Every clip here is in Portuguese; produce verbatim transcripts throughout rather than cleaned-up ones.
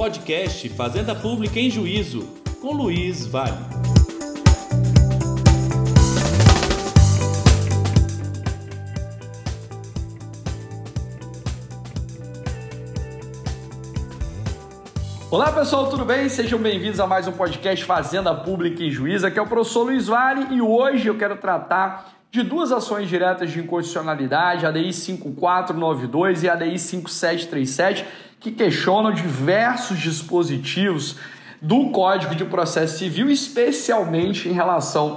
Podcast Fazenda Pública em Juízo, com Luiz Vale. Olá pessoal, tudo bem? Sejam bem-vindos a mais um podcast Fazenda Pública em Juízo. Aqui é o professor Luiz Vale e hoje eu quero tratar de duas ações diretas de inconstitucionalidade, a A D I cinco quatro nove dois e a A D I cinco sete três sete, que questionam diversos dispositivos do Código de Processo Civil, especialmente em relação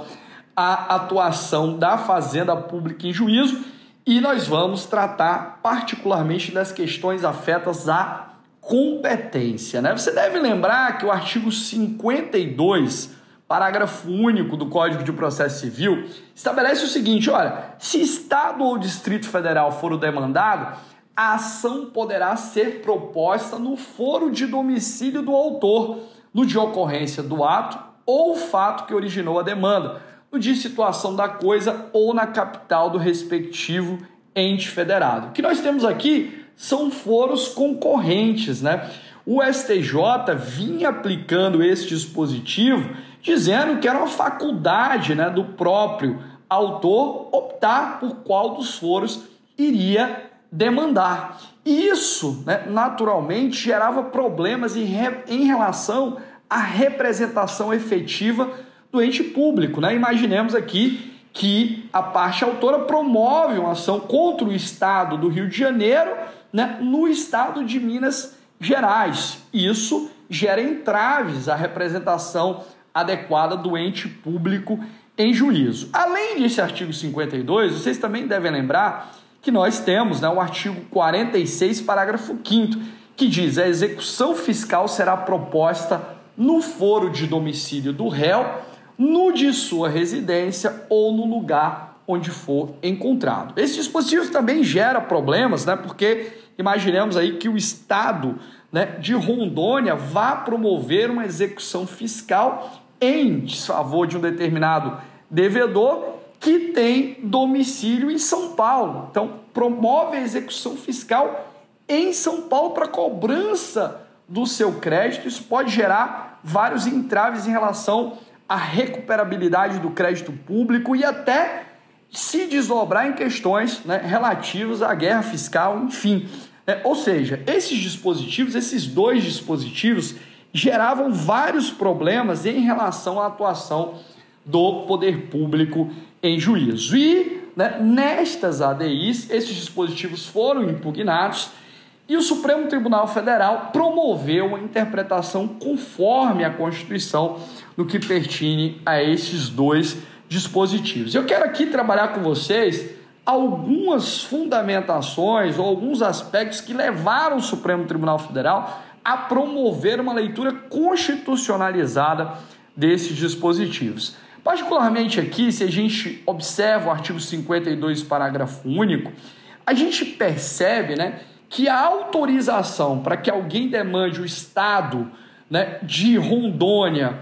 à atuação da Fazenda Pública em Juízo, e nós vamos tratar particularmente das questões afetas à competência, né? Você deve lembrar que o artigo cinquenta e dois, parágrafo único do Código de Processo Civil, estabelece o seguinte: olha, se Estado ou Distrito Federal for o demandado, a ação poderá ser proposta no foro de domicílio do autor, no de ocorrência do ato ou fato que originou a demanda, no de situação da coisa ou na capital do respectivo ente federado. O que nós temos aqui são foros concorrentes, né? O S T J vinha aplicando esse dispositivo, dizendo que era uma faculdade, né, do próprio autor optar por qual dos foros iria demandar. E isso, né, naturalmente gerava problemas em, re... em relação à representação efetiva do ente público, né? Imaginemos aqui que a parte autora promove uma ação contra o Estado do Rio de Janeiro, né, no Estado de Minas Gerais. Isso gera entraves à representação adequada do ente público em juízo. Além desse artigo cinquenta e dois, vocês também devem lembrar que nós temos, né, o artigo quarenta e seis, parágrafo quinto, que diz: a execução fiscal será proposta no foro de domicílio do réu, no de sua residência ou no lugar onde for encontrado. Esse dispositivo também gera problemas, né? Porque imaginemos aí que o Estado, né, de Rondônia vá promover uma execução fiscal em desfavor de um determinado devedor que tem domicílio em São Paulo. Então, promove a execução fiscal em São Paulo para cobrança do seu crédito. Isso pode gerar vários entraves em relação à recuperabilidade do crédito público e até se desdobrar em questões, né, relativas à guerra fiscal, enfim. É, ou seja, esses dispositivos, esses dois dispositivos, geravam vários problemas em relação à atuação do poder público em juízo. E, né, nestas A D Is, esses dispositivos foram impugnados e o Supremo Tribunal Federal promoveu uma interpretação conforme a Constituição no que pertine a esses dois dispositivos. Eu quero aqui trabalhar com vocês algumas fundamentações ou alguns aspectos que levaram o Supremo Tribunal Federal a promover uma leitura constitucionalizada desses dispositivos. Particularmente aqui, se a gente observa o artigo cinquenta e dois, parágrafo único, a gente percebe, né, que a autorização para que alguém demande o Estado, né, de Rondônia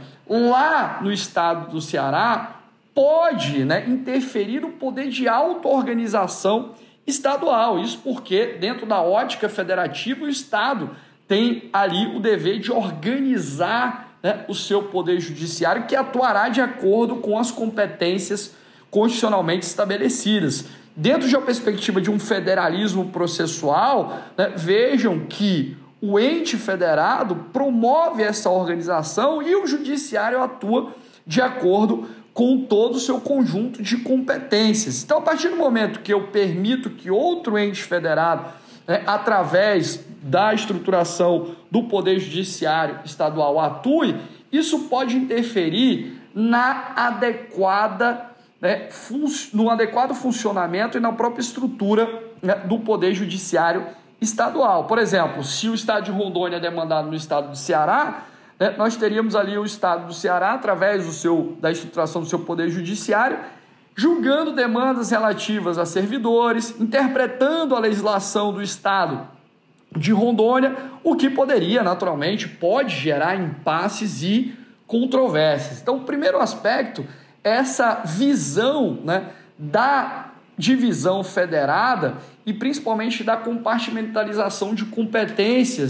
lá no estado do Ceará pode, né, interferir no poder de auto-organização estadual. Isso porque, dentro da ótica federativa, o Estado tem ali o dever de organizar, né, o seu poder judiciário, que atuará de acordo com as competências constitucionalmente estabelecidas. Dentro de uma perspectiva de um federalismo processual, né, vejam que o ente federado promove essa organização e o judiciário atua de acordo com todo o seu conjunto de competências. Então, a partir do momento que eu permito que outro ente federado, né, através da estruturação do Poder Judiciário Estadual, atue, isso pode interferir na adequada, né, fun- no adequado funcionamento e na própria estrutura, né, do Poder Judiciário Estadual. Por exemplo, se o Estado de Rondônia é demandado no Estado do Ceará, né, nós teríamos ali o Estado do Ceará, através do seu, da estruturação do seu Poder Judiciário, julgando demandas relativas a servidores, interpretando a legislação do Estado de Rondônia, o que poderia, naturalmente, pode gerar impasses e controvérsias. Então, o primeiro aspecto é essa visão, né, da divisão federada e principalmente da compartimentalização de competências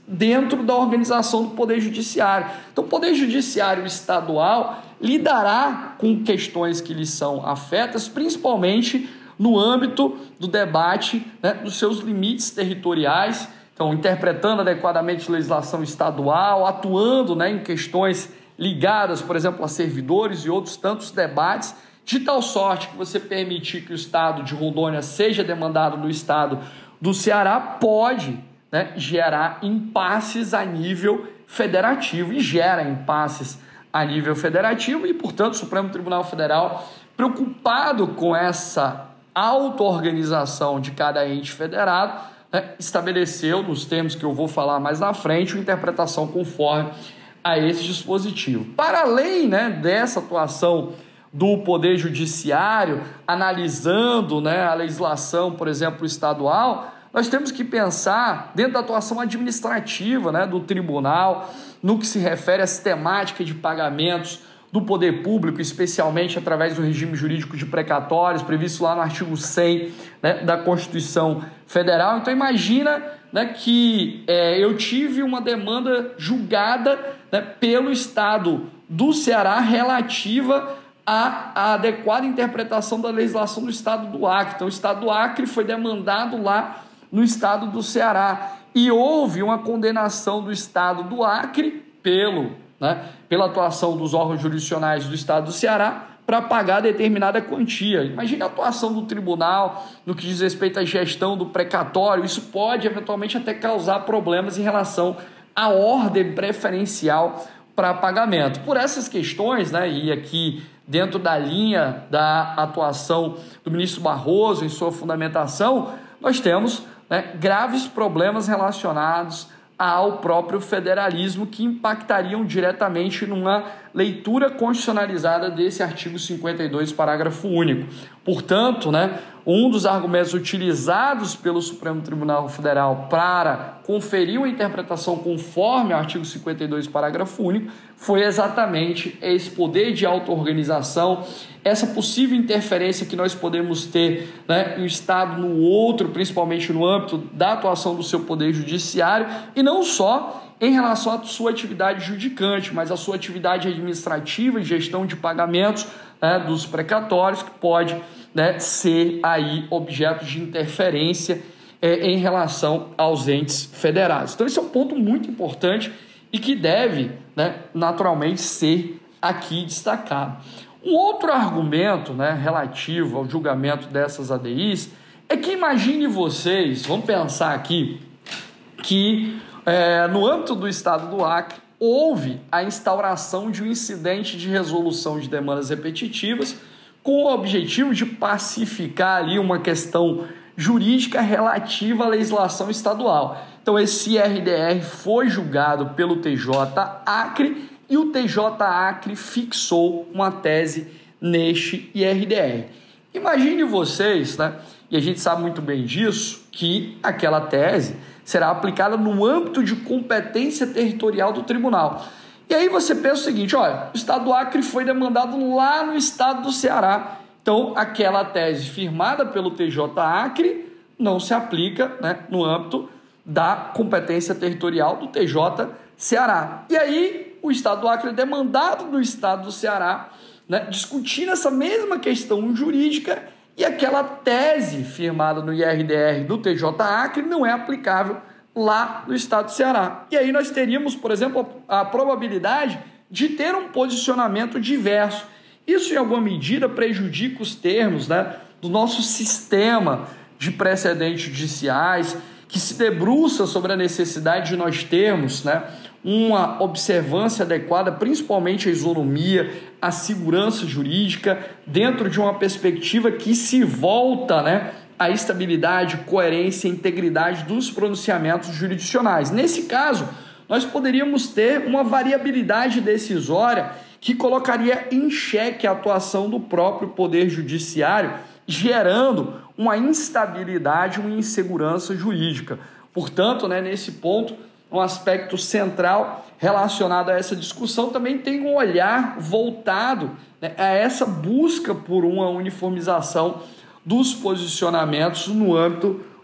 dentro da organização do Poder Judiciário. Então, o Poder Judiciário estadual lidará com questões que lhes são afetas, principalmente no âmbito do debate, né, dos seus limites territoriais, então, interpretando adequadamente a legislação estadual, atuando, né, em questões ligadas, por exemplo, a servidores e outros tantos debates, de tal sorte que você permitir que o estado de Rondônia seja demandado no estado do Ceará pode, né, gerar impasses a nível federativo e gera impasses a nível federativo e, portanto, o Supremo Tribunal Federal, preocupado com essa auto-organização de cada ente federado, né, estabeleceu, nos termos que eu vou falar mais na frente, uma interpretação conforme a esse dispositivo. Para além, né, dessa atuação do Poder Judiciário, analisando, né, a legislação, por exemplo, estadual, nós temos que pensar dentro da atuação administrativa, né, do tribunal, no que se refere à sistemática de pagamentos do poder público, especialmente através do regime jurídico de precatórios, previsto lá no artigo cem, né, da Constituição Federal. Então imagina, né, que é, eu tive uma demanda julgada, né, pelo Estado do Ceará relativa à, à adequada interpretação da legislação do Estado do Acre. Então o Estado do Acre foi demandado lá no Estado do Ceará e houve uma condenação do Estado do Acre pelo, né, pela atuação dos órgãos jurisdicionais do Estado do Ceará para pagar determinada quantia. Imagine a atuação do tribunal no que diz respeito à gestão do precatório. Isso pode eventualmente até causar problemas em relação à ordem preferencial para pagamento. Por essas questões, né, e aqui dentro da linha da atuação do ministro Barroso em sua fundamentação, nós temos, né, graves problemas relacionados ao próprio federalismo que impactariam diretamente numa leitura constitucionalizada desse artigo cinquenta e dois, parágrafo único. Portanto, né, um dos argumentos utilizados pelo Supremo Tribunal Federal para conferir uma interpretação conforme ao artigo cinquenta e dois, parágrafo único, foi exatamente esse poder de auto-organização, essa possível interferência que nós podemos ter, né, em um Estado no outro, principalmente no âmbito da atuação do seu poder judiciário, e não só em relação à sua atividade judicante, mas à sua atividade administrativa e gestão de pagamentos, né, dos precatórios, que pode, né, ser aí objeto de interferência é, em relação aos entes federados. Então esse é um ponto muito importante e que deve, né, naturalmente ser aqui destacado. Um outro argumento, né, relativo ao julgamento dessas A D Is é que imagine vocês, vamos pensar aqui, que é, no âmbito do Estado do Acre houve a instauração de um incidente de resolução de demandas repetitivas com o objetivo de pacificar ali uma questão jurídica relativa à legislação estadual. Então esse I R D R foi julgado pelo T J Acre e o T J Acre fixou uma tese neste I R D R. Imagine vocês, né, e a gente sabe muito bem disso, que aquela tese será aplicada no âmbito de competência territorial do tribunal. E aí você pensa o seguinte, olha, o Estado do Acre foi demandado lá no Estado do Ceará, então aquela tese firmada pelo T J Acre não se aplica, né, no âmbito da competência territorial do T J Ceará. E aí o Estado do Acre é demandado no Estado do Ceará, né, discutindo essa mesma questão jurídica, e aquela tese firmada no I R D R do T J Acre não é aplicável lá no Estado do Ceará. E aí nós teríamos, por exemplo, a probabilidade de ter um posicionamento diverso. Isso, em alguma medida, prejudica os termos, né, do nosso sistema de precedentes judiciais, que se debruça sobre a necessidade de nós termos, né, uma observância adequada, principalmente à isonomia, à segurança jurídica, dentro de uma perspectiva que se volta, né, à estabilidade, coerência e integridade dos pronunciamentos jurisdicionais. Nesse caso, nós poderíamos ter uma variabilidade decisória que colocaria em xeque a atuação do próprio Poder Judiciário, gerando uma instabilidade, uma insegurança jurídica. Portanto, né, nesse ponto, um aspecto central relacionado a essa discussão também tem um olhar voltado, né, a essa busca por uma uniformização dos posicionamentos no âmbito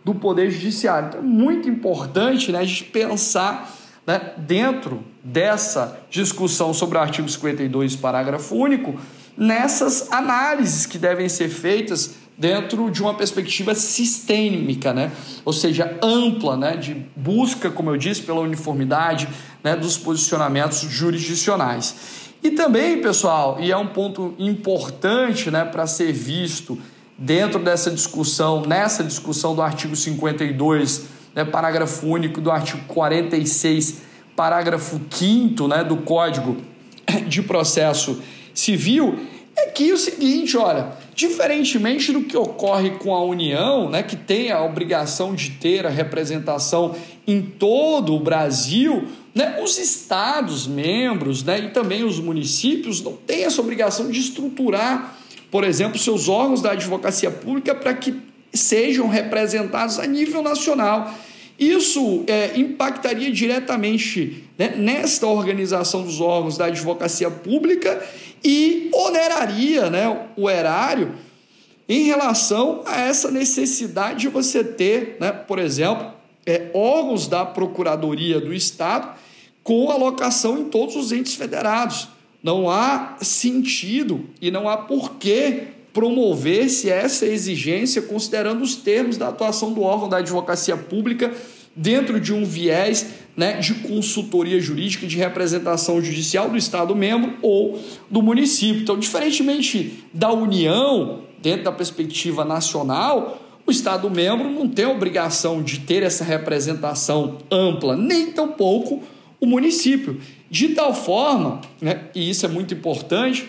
do Poder Judiciário. Então é muito importante, né, a gente pensar, né, dentro dessa discussão sobre o artigo cinquenta e dois, parágrafo único, nessas análises que devem ser feitas dentro de uma perspectiva sistêmica, né? Ou seja, ampla, né? De busca, como eu disse, pela uniformidade, né, dos posicionamentos jurisdicionais. E também, pessoal, e é um ponto importante, né, para ser visto dentro dessa discussão, nessa discussão do artigo cinquenta e dois, né, parágrafo único, do artigo quarenta e seis, parágrafo quinto, né, do Código de Processo Civil, é que o seguinte, olha, diferentemente do que ocorre com a União, né, que tem a obrigação de ter a representação em todo o Brasil, né, os estados membros, né, e também os municípios não têm essa obrigação de estruturar, por exemplo, seus órgãos da advocacia pública para que sejam representados a nível nacional. Isso é, impactaria diretamente, né, nesta organização dos órgãos da advocacia pública e oneraria, né, o erário em relação a essa necessidade de você ter, né, por exemplo, é, órgãos da Procuradoria do Estado com alocação em todos os entes federados. Não há sentido e não há porquê promover-se essa exigência considerando os termos da atuação do órgão da advocacia pública dentro de um viés, né, de consultoria jurídica, de representação judicial do Estado membro ou do município. Então, diferentemente da União, dentro da perspectiva nacional, o Estado membro não tem a obrigação de ter essa representação ampla, nem tampouco o município. De tal forma, né, e isso é muito importante,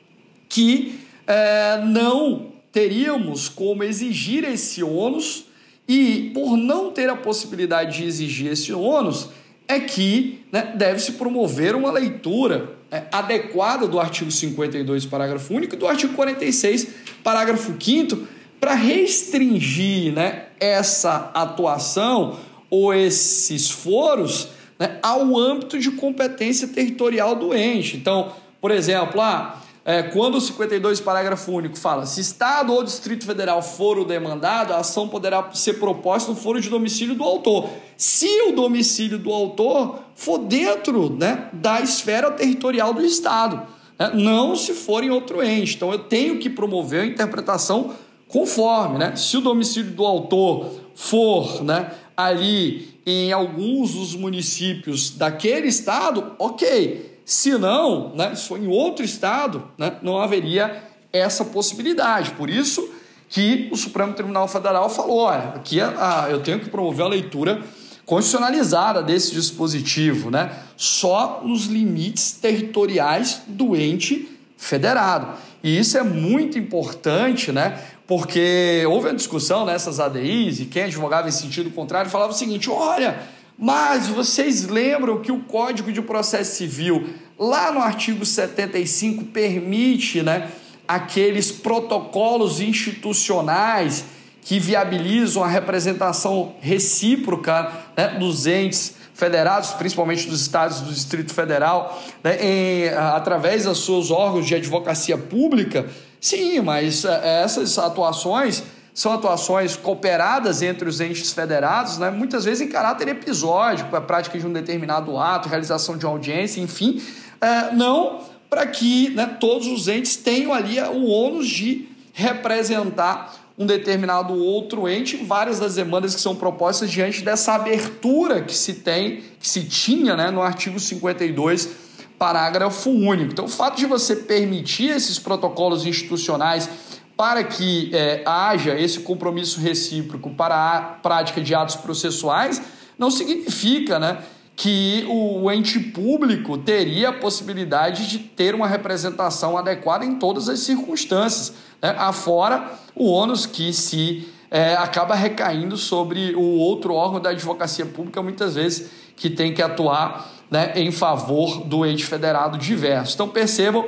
que é, não teríamos como exigir esse ônus, e por não ter a possibilidade de exigir esse ônus, é que, né, deve-se promover uma leitura, né, adequada do artigo cinquenta e dois, parágrafo único, e do artigo quarenta e seis, parágrafo quinto, para restringir, né, essa atuação ou esses foros, né, ao âmbito de competência territorial do ente. Então, por exemplo, ah, é, quando o cinquenta e dois, parágrafo único, fala: se Estado ou Distrito Federal for o demandado, a ação poderá ser proposta no foro de domicílio do autor, se o domicílio do autor for dentro, né, da esfera territorial do Estado, né, não se for em outro ente. Então, eu tenho que promover a interpretação conforme, né? Se o domicílio do autor for, né, ali em alguns dos municípios daquele estado, ok. Se não, né, se for em outro estado, né, não haveria essa possibilidade. Por isso que o Supremo Tribunal Federal falou: olha, aqui a, a, eu tenho que promover a leitura constitucionalizada desse dispositivo, né, só nos limites territoriais do ente federado. E isso é muito importante, né, porque houve uma discussão nessas A D Is e quem advogava em sentido contrário falava o seguinte: olha, mas vocês lembram que o Código de Processo Civil, lá no artigo setenta e cinco, permite, né, aqueles protocolos institucionais que viabilizam a representação recíproca, né, dos entes federados, principalmente dos estados do Distrito Federal, né, em, através dos seus órgãos de advocacia pública. Sim, mas essas atuações são atuações cooperadas entre os entes federados, né, muitas vezes em caráter episódico, a prática de um determinado ato, realização de uma audiência, enfim, é, não para que, né, todos os entes tenham ali o ônus de representar um determinado outro ente em várias das demandas que são propostas diante dessa abertura que se tem, que se tinha, né, no artigo cinquenta e dois, parágrafo único. Então, o fato de você permitir esses protocolos institucionais para que é, haja esse compromisso recíproco para a prática de atos processuais não significa, né, que o ente público teria a possibilidade de ter uma representação adequada em todas as circunstâncias, né, afora o ônus que se é, acaba recaindo sobre o outro órgão da advocacia pública, muitas vezes, que tem que atuar, né, em favor do ente federado diverso. Então, percebam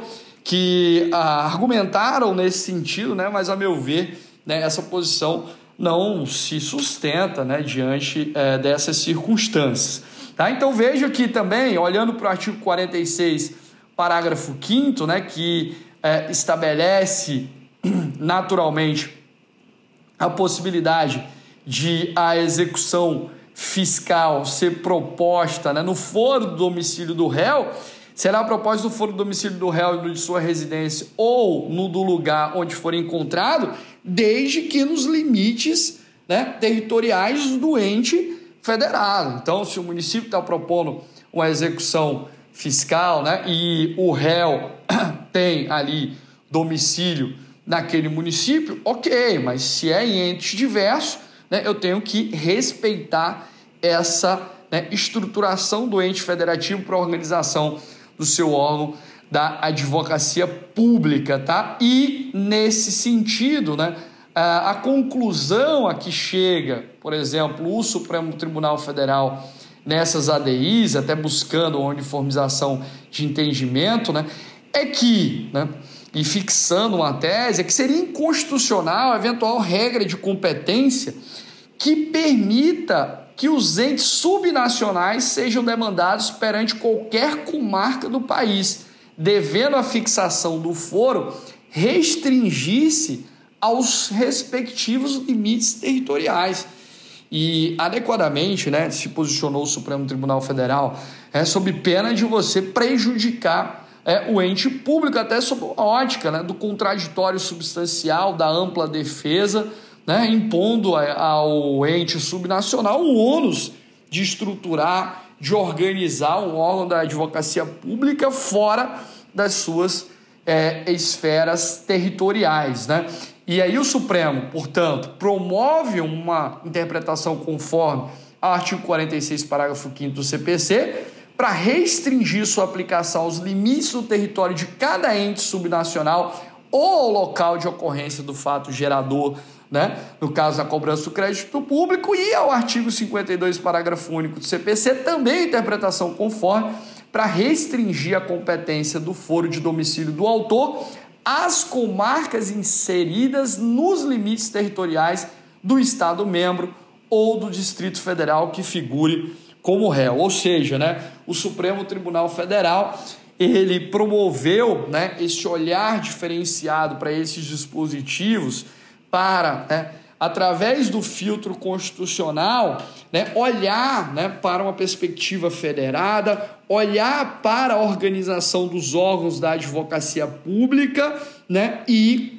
que ah, argumentaram nesse sentido, né, mas, a meu ver, né, essa posição não se sustenta, né, diante é, dessas circunstâncias. Tá? Então, vejo aqui também, olhando para o artigo quarenta e seis, parágrafo quinto, né, que é, estabelece naturalmente a possibilidade de a execução fiscal ser proposta, né, no foro do domicílio do réu, será proposta no foro do domicílio do réu no de sua residência ou no do lugar onde for encontrado, desde que nos limites, né, territoriais do ente federado. Então, se o município está propondo uma execução fiscal, né, e o réu tem ali domicílio naquele município, ok, mas se é em entes diversos, né, eu tenho que respeitar essa, né, estruturação do ente federativo para a organização do seu órgão da advocacia pública, tá? E nesse sentido, né, a, a conclusão a que chega, por exemplo, o Supremo Tribunal Federal nessas A D Is, até buscando uma uniformização de entendimento, né, é que, né, e fixando uma tese, é que seria inconstitucional a eventual regra de competência que permita que os entes subnacionais sejam demandados perante qualquer comarca do país, devendo a fixação do foro restringir-se aos respectivos limites territoriais. E adequadamente, né, se posicionou o Supremo Tribunal Federal, é, sob pena de você prejudicar é, o ente público, até sob a ótica, né, do contraditório substancial, da ampla defesa, né, impondo ao ente subnacional o ônus de estruturar, de organizar um órgão da advocacia pública fora das suas é, esferas territoriais, né? E aí o Supremo, portanto, promove uma interpretação conforme ao artigo quarenta e seis, parágrafo quinto do C P C, para restringir sua aplicação aos limites do território de cada ente subnacional ou ao local de ocorrência do fato gerador, né, no caso da cobrança do crédito público, e ao artigo cinquenta e dois, parágrafo único do C P C, também a interpretação conforme para restringir a competência do foro de domicílio do autor às comarcas inseridas nos limites territoriais do Estado membro ou do Distrito Federal que figure como réu. Ou seja, né, o Supremo Tribunal Federal ele promoveu, né, esse olhar diferenciado para esses dispositivos para, né, através do filtro constitucional, né, olhar, né, para uma perspectiva federada, olhar para a organização dos órgãos da advocacia pública, né, e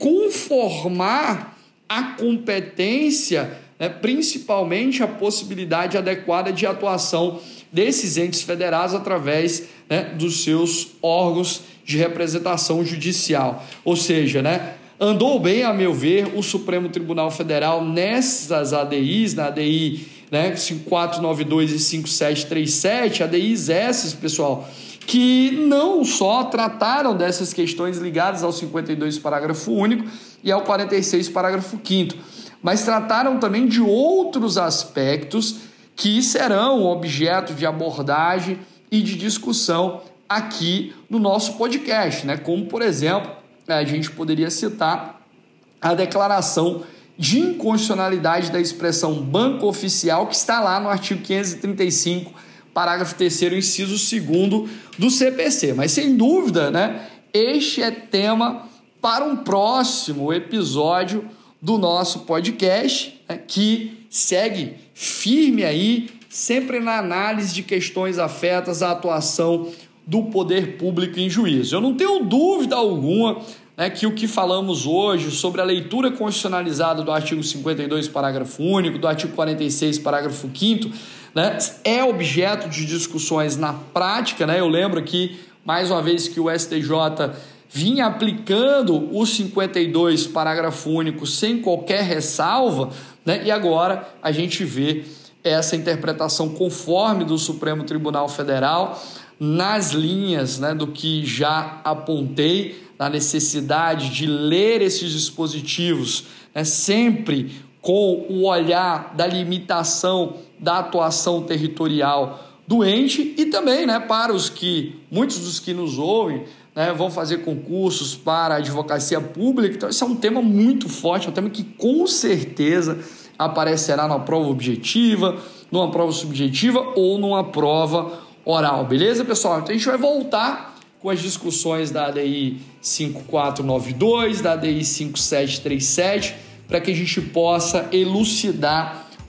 conformar a competência, né, principalmente a possibilidade adequada de atuação desses entes federados através, né, dos seus órgãos de representação judicial. Ou seja, né, andou bem, a meu ver, o Supremo Tribunal Federal nessas A D Is, na A D I, né, cinco quatro nove dois e cinco sete três sete, A D Is essas, pessoal, que não só trataram dessas questões ligadas ao cinquenta e dois, parágrafo único, e ao quarenta e seis, parágrafo quinto, mas trataram também de outros aspectos que serão objeto de abordagem e de discussão aqui no nosso podcast, né? Como, por exemplo, a gente poderia citar a declaração de inconstitucionalidade da expressão banco oficial, que está lá no artigo quinhentos e trinta e cinco, parágrafo terceiro, inciso segundo do C P C. Mas, sem dúvida, né, este é tema para um próximo episódio do nosso podcast, né, que segue firme aí, sempre na análise de questões afetas à atuação do poder público em juízo. Eu não tenho dúvida alguma, né, que o que falamos hoje sobre a leitura constitucionalizada do artigo cinquenta e dois, parágrafo único, do artigo quarenta e seis, parágrafo quinto, né, é objeto de discussões na prática, né? Eu lembro aqui, mais uma vez, que o S T J vinha aplicando o cinquenta e dois, parágrafo único, sem qualquer ressalva, né? E agora a gente vê essa interpretação conforme do Supremo Tribunal Federal, nas linhas, né, do que já apontei, na necessidade de ler esses dispositivos, né, sempre com o olhar da limitação da atuação territorial do ente, e também, né, para os que, muitos dos que nos ouvem, né, vão fazer concursos para a advocacia pública. Então, esse é um tema muito forte, é um tema que com certeza aparecerá numa prova objetiva, numa prova subjetiva ou numa prova oral, beleza, pessoal? Então a gente vai voltar com as discussões da A D I cinco quatro nove dois, da A D I cinco sete três sete, para que a gente possa elucidar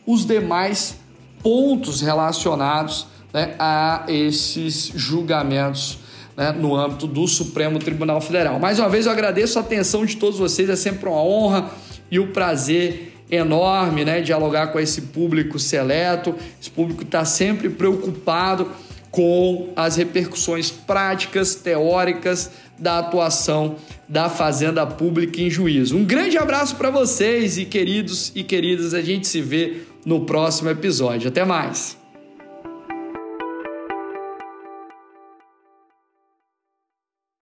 os demais pontos relacionados, né, a esses julgamentos, né, no âmbito do Supremo Tribunal Federal. Mais uma vez eu agradeço a atenção de todos vocês, é sempre uma honra e um prazer enorme, né, dialogar com esse público seleto. Esse público está sempre preocupado com as repercussões práticas, teóricas da atuação da Fazenda Pública em Juízo. Um grande abraço para vocês e queridos e queridas, a gente se vê no próximo episódio. Até mais!